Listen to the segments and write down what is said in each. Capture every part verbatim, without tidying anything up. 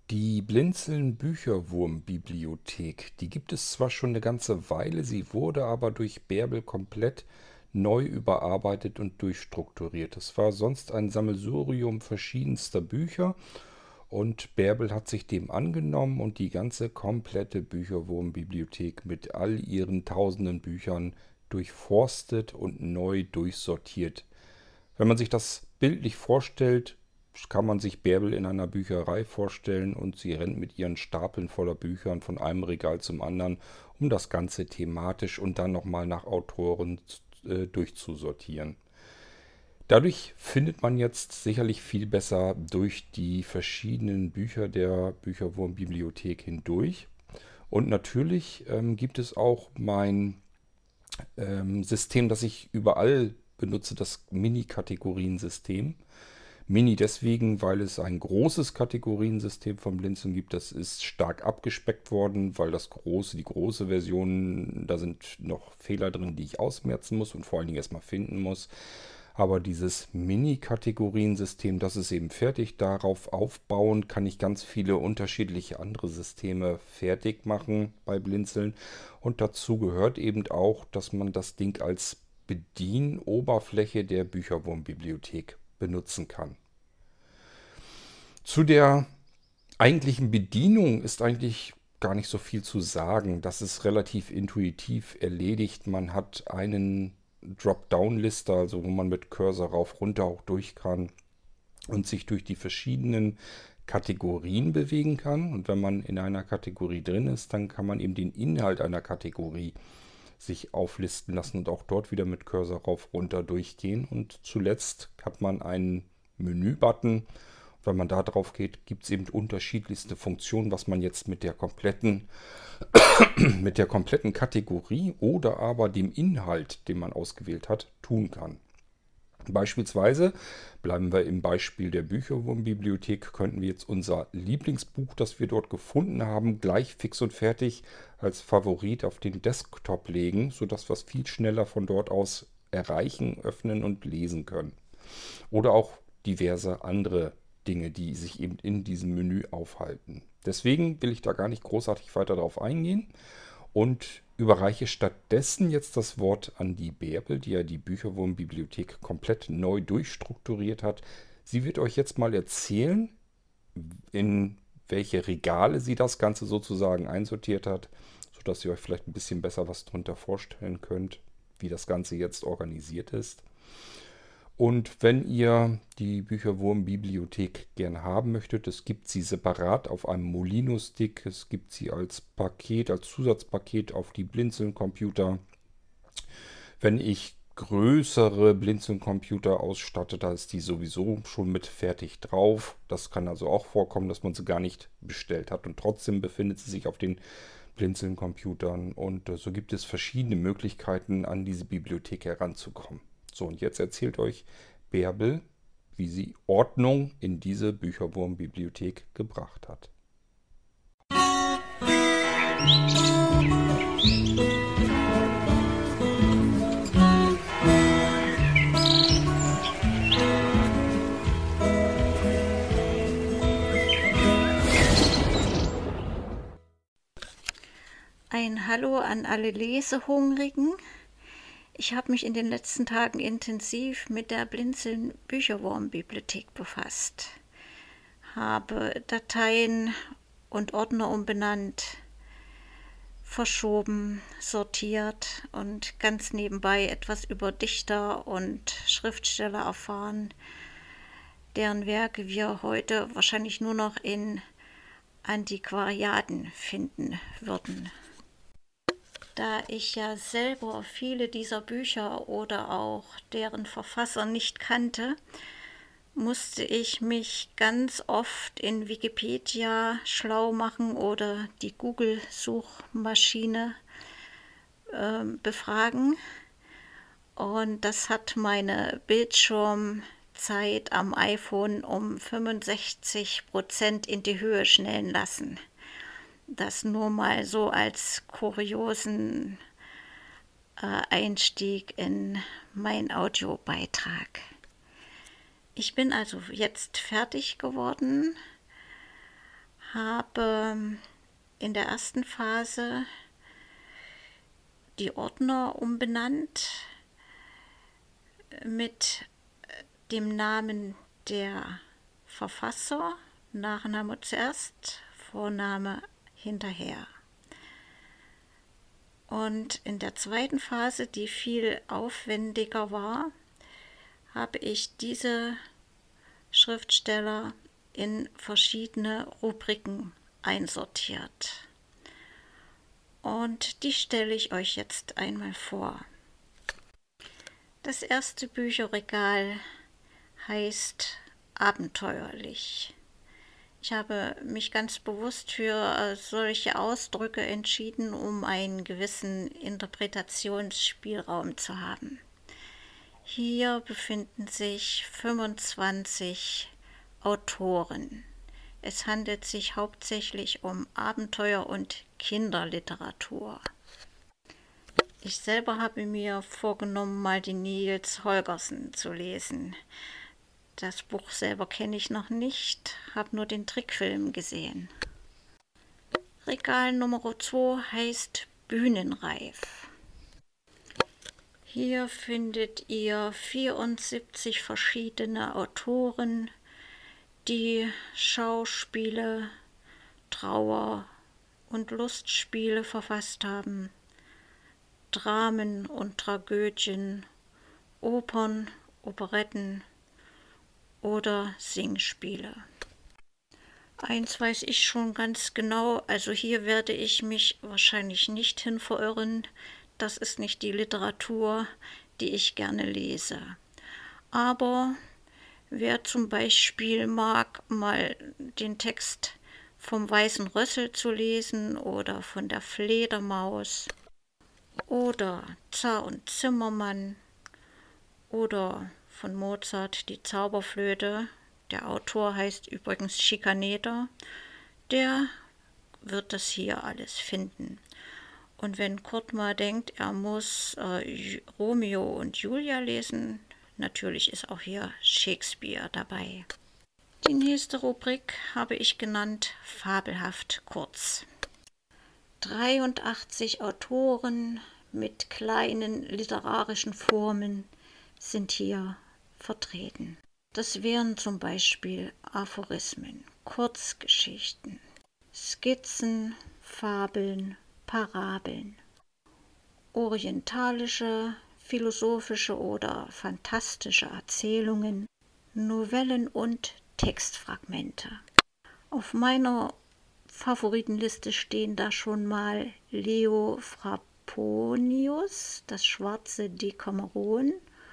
Die Blinzeln Bücherwurm-Bibliothek, die gibt es zwar schon eine ganze Weile, sie wurde aber durch Bärbel komplett neu überarbeitet und durchstrukturiert. Es war sonst ein Sammelsurium verschiedenster Bücher und Bärbel hat sich dem angenommen und die ganze komplette Bücherwurm-Bibliothek mit all ihren tausenden Büchern durchforstet und neu durchsortiert. Wenn man sich das bildlich vorstellt, kann man sich Bärbel in einer Bücherei vorstellen und sie rennt mit ihren Stapeln voller Büchern von einem Regal zum anderen, um das Ganze thematisch und dann nochmal nach Autoren äh, durchzusortieren. Dadurch findet man jetzt sicherlich viel besser durch die verschiedenen Bücher der Bücherwurm-Bibliothek hindurch. Und natürlich ähm, gibt es auch mein ähm, System, das ich überall benutze, das Mini-Kategorien-System. Mini deswegen, weil es ein großes Kategoriensystem von Blinzeln gibt. Das ist stark abgespeckt worden, weil das große, die große Version, da sind noch Fehler drin, die ich ausmerzen muss und vor allen Dingen erstmal finden muss. Aber dieses Mini-Kategoriensystem, das ist eben fertig. Darauf aufbauend kann ich ganz viele unterschiedliche andere Systeme fertig machen bei Blinzeln. Und dazu gehört eben auch, dass man das Ding als Bedienoberfläche der Bücherwurmbibliothek benutzen kann. Zu der eigentlichen Bedienung ist eigentlich gar nicht so viel zu sagen. Das ist relativ intuitiv erledigt. Man hat einen Dropdown-Lister, also wo man mit Cursor rauf runter auch durch kann und sich durch die verschiedenen Kategorien bewegen kann. Und wenn man in einer Kategorie drin ist, dann kann man eben den Inhalt einer Kategorie sich auflisten lassen und auch dort wieder mit Cursor rauf runter durchgehen. Und zuletzt hat man einen Menü-Button. Wenn man da drauf geht, gibt es eben unterschiedlichste Funktionen, was man jetzt mit der kompletten, mit der kompletten Kategorie oder aber dem Inhalt, den man ausgewählt hat, tun kann. Beispielsweise, bleiben wir im Beispiel der Bücherwurmbibliothek, könnten wir jetzt unser Lieblingsbuch, das wir dort gefunden haben, gleich fix und fertig als Favorit auf den Desktop legen, sodass wir es viel schneller von dort aus erreichen, öffnen und lesen können. Oder auch diverse andere Dinge, die sich eben in diesem Menü aufhalten. Deswegen will ich da gar nicht großartig weiter darauf eingehen und überreiche stattdessen jetzt das Wort an die Bärbel, die ja die Bücherwurmbibliothek komplett neu durchstrukturiert hat. Sie wird euch jetzt mal erzählen, in welche Regale sie das Ganze sozusagen einsortiert hat, sodass ihr euch vielleicht ein bisschen besser was darunter vorstellen könnt, wie das Ganze jetzt organisiert ist. Und wenn ihr die Bücherwurm-Bibliothek gerne haben möchtet, es gibt sie separat auf einem Molino-Stick, es gibt sie als Paket, als Zusatzpaket auf die Blinzeln-Computer. Wenn ich größere Blinzeln-Computer ausstatte, da ist die sowieso schon mit fertig drauf. Das kann also auch vorkommen, dass man sie gar nicht bestellt hat und trotzdem befindet sie sich auf den Blinzeln-Computern. Und äh, so gibt es verschiedene Möglichkeiten, an diese Bibliothek heranzukommen. So, und jetzt erzählt euch Bärbel, wie sie Ordnung in diese Bücherwurm-Bibliothek gebracht hat. Ein Hallo an alle Lesehungrigen. Ich habe mich in den letzten Tagen intensiv mit der Blinzeln Bücherwurm-Bibliothek befasst, habe Dateien und Ordner umbenannt, verschoben, sortiert und ganz nebenbei etwas über Dichter und Schriftsteller erfahren, deren Werke wir heute wahrscheinlich nur noch in Antiquariaten finden würden. Da ich ja selber viele dieser Bücher oder auch deren Verfasser nicht kannte, musste ich mich ganz oft in Wikipedia schlau machen oder die Google-Suchmaschine äh, befragen. Und das hat meine Bildschirmzeit am iPhone um fünfundsechzig Prozent in die Höhe schnellen lassen. Das nur mal so als kuriosen äh, Einstieg in meinen Audiobeitrag. Ich bin also jetzt fertig geworden, habe in der ersten Phase die Ordner umbenannt mit dem Namen der Verfasser, Nachname zuerst, Vorname hinterher. Und in der zweiten Phase, die viel aufwendiger war, habe ich diese Schriftsteller in verschiedene Rubriken einsortiert. Und die stelle ich euch jetzt einmal vor. Das erste Bücherregal heißt Abenteuerlich. Ich habe mich ganz bewusst für solche Ausdrücke entschieden, um einen gewissen Interpretationsspielraum zu haben. Hier befinden sich fünfundzwanzig Autoren. Es handelt sich hauptsächlich um Abenteuer- und Kinderliteratur. Ich selber habe mir vorgenommen, mal die Niels Holgersen zu lesen. Das Buch selber kenne ich noch nicht, habe nur den Trickfilm gesehen. Regal Nummer zwei heißt Bühnenreif. Hier findet ihr vierundsiebzig verschiedene Autoren, die Schauspiele, Trauer- und Lustspiele verfasst haben, Dramen und Tragödien, Opern, Operetten oder Singspiele. Eins weiß ich schon ganz genau, also hier werde ich mich wahrscheinlich nicht hin verirren. Das ist nicht die Literatur, die ich gerne lese. Aber wer zum Beispiel mag, mal den Text vom Weißen Rössel zu lesen oder von der Fledermaus oder Zar und Zimmermann oder von Mozart die Zauberflöte, der Autor heißt übrigens Schikaneder, der wird das hier alles finden. Und wenn Kurt mal denkt, er muss äh, Romeo und Julia lesen, natürlich ist auch hier Shakespeare dabei. Die nächste Rubrik habe ich genannt Fabelhaft kurz. dreiundachtzig Autoren mit kleinen literarischen Formen sind hier vertreten. Das wären zum Beispiel Aphorismen, Kurzgeschichten, Skizzen, Fabeln, Parabeln, orientalische, philosophische oder fantastische Erzählungen, Novellen und Textfragmente. Auf meiner Favoritenliste stehen da schon mal Leo Fraponius, das schwarze Decameron,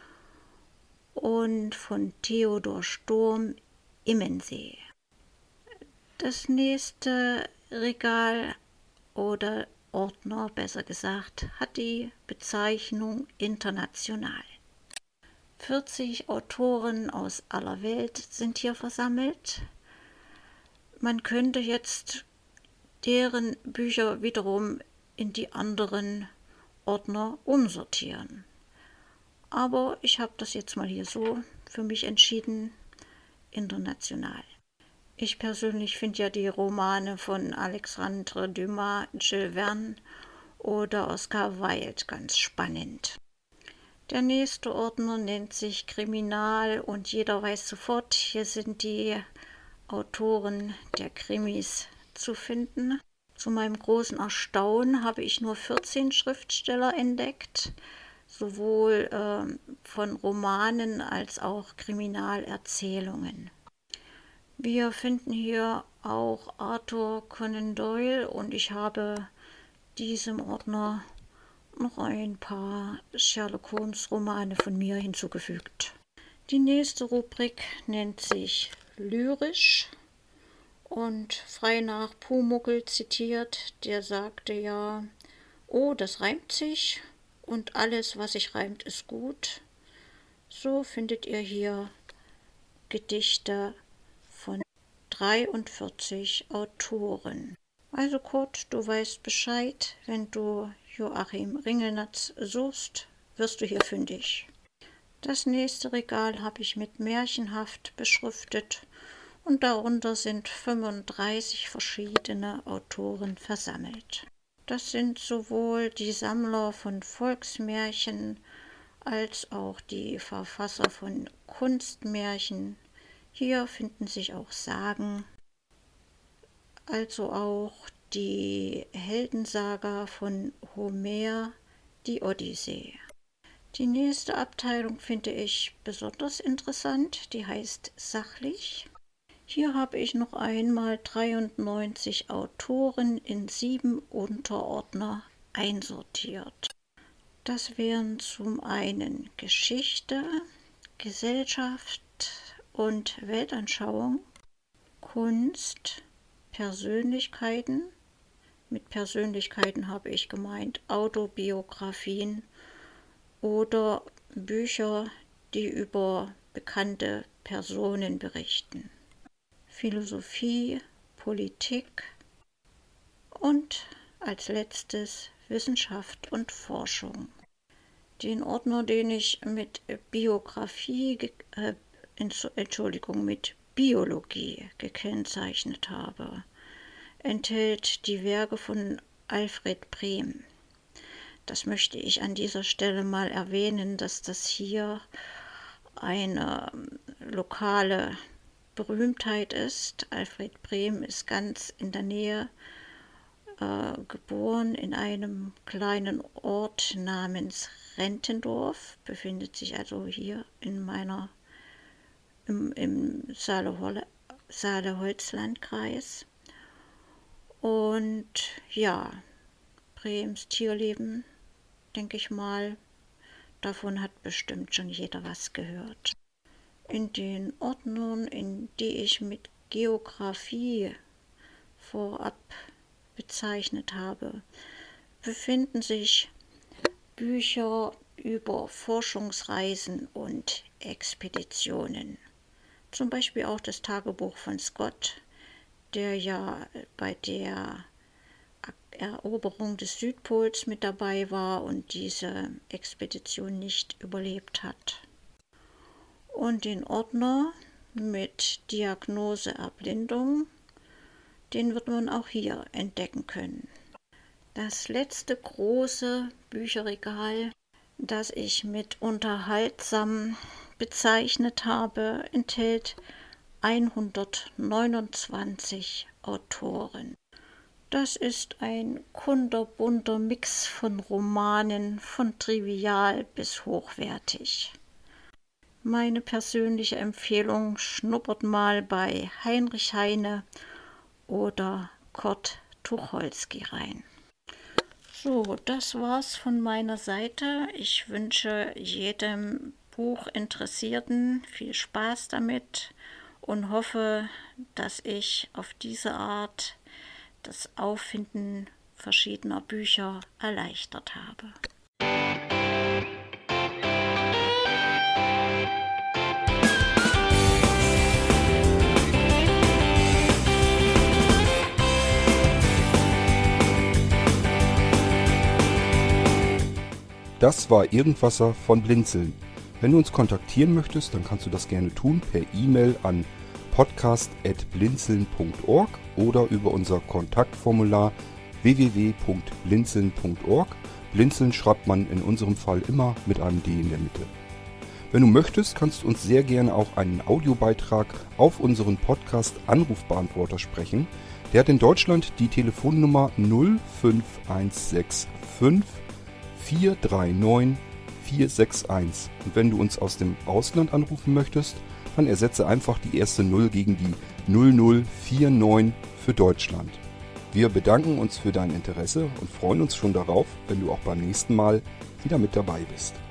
und von Theodor Storm Immensee. Das nächste Regal oder Ordner, besser gesagt, hat die Bezeichnung international. vierzig Autoren aus aller Welt sind hier versammelt. Man könnte jetzt deren Bücher wiederum in die anderen Ordner umsortieren. Aber ich habe das jetzt mal hier so für mich entschieden, international. Ich persönlich finde ja die Romane von Alexandre Dumas, Jules Verne oder Oscar Wilde ganz spannend. Der nächste Ordner nennt sich Kriminal und jeder weiß sofort, hier sind die Autoren der Krimis zu finden. Zu meinem großen Erstaunen habe ich nur vierzehn Schriftsteller entdeckt, sowohl äh, von Romanen als auch Kriminalerzählungen. Wir finden hier auch Arthur Conan Doyle und ich habe diesem Ordner noch ein paar Sherlock Holmes Romane von mir hinzugefügt. Die nächste Rubrik nennt sich Lyrisch und frei nach Pumuckl zitiert, der sagte ja, oh, das reimt sich und alles, was sich reimt, ist gut. So findet ihr hier Gedichte von dreiundvierzig Autoren. Also Kurt, du weißt Bescheid, wenn du Joachim Ringelnatz suchst, wirst du hier fündig. Das nächste Regal habe ich mit märchenhaft beschriftet und darunter sind fünfunddreißig verschiedene Autoren versammelt. Das sind sowohl die Sammler von Volksmärchen als auch die Verfasser von Kunstmärchen. Hier finden sich auch Sagen, also auch die Heldensaga von Homer, die Odyssee. Die nächste Abteilung finde ich besonders interessant, die heißt Sachlich. Hier habe ich noch einmal dreiundneunzig Autoren in sieben Unterordner einsortiert. Das wären zum einen Geschichte, Gesellschaft und Weltanschauung, Kunst, Persönlichkeiten. Mit Persönlichkeiten habe ich gemeint Autobiografien oder Bücher, die über bekannte Personen berichten. Philosophie, Politik und als letztes Wissenschaft und Forschung. Den Ordner, den ich mit Biografie, äh, Entschuldigung, mit Biologie gekennzeichnet habe, enthält die Werke von Alfred Brehm. Das möchte ich an dieser Stelle mal erwähnen, dass das hier eine lokale Berühmtheit ist. Alfred Brehm ist ganz in der Nähe äh, geboren in einem kleinen Ort namens Rentendorf, befindet sich also hier in meiner im, im Saale-Holzlandkreis. Und ja, Brehms Tierleben, denke ich mal, davon hat bestimmt schon jeder was gehört. In den Ordnern, in die ich mit Geografie vorab bezeichnet habe, befinden sich Bücher über Forschungsreisen und Expeditionen. Zum Beispiel auch das Tagebuch von Scott, der ja bei der Eroberung des Südpols mit dabei war und diese Expedition nicht überlebt hat. Und den Ordner mit Diagnose Erblindung, den wird man auch hier entdecken können. Das letzte große Bücherregal, das ich mit unterhaltsam bezeichnet habe, enthält hundertneunundzwanzig Autoren. Das ist ein kunterbunter Mix von Romanen, von trivial bis hochwertig. Meine persönliche Empfehlung: schnuppert mal bei Heinrich Heine oder Kurt Tucholsky rein. So, das war's von meiner Seite. Ich wünsche jedem Buchinteressierten viel Spaß damit und hoffe, dass ich auf diese Art das Auffinden verschiedener Bücher erleichtert habe. Das war Irgendwasser von Blinzeln. Wenn du uns kontaktieren möchtest, dann kannst du das gerne tun per E-Mail an podcast at blinzeln punkt org oder über unser Kontaktformular w w w punkt blinzeln punkt org. Blinzeln schreibt man in unserem Fall immer mit einem D in der Mitte. Wenn du möchtest, kannst du uns sehr gerne auch einen Audiobeitrag auf unseren Podcast-Anrufbeantworter sprechen. Der hat in Deutschland die Telefonnummer null fünf eins sechs fünf vier drei neun vier sechs eins. Und wenn du uns aus dem Ausland anrufen möchtest, dann ersetze einfach die erste null gegen die null null vier neun für Deutschland. Wir bedanken uns für dein Interesse und freuen uns schon darauf, wenn du auch beim nächsten Mal wieder mit dabei bist.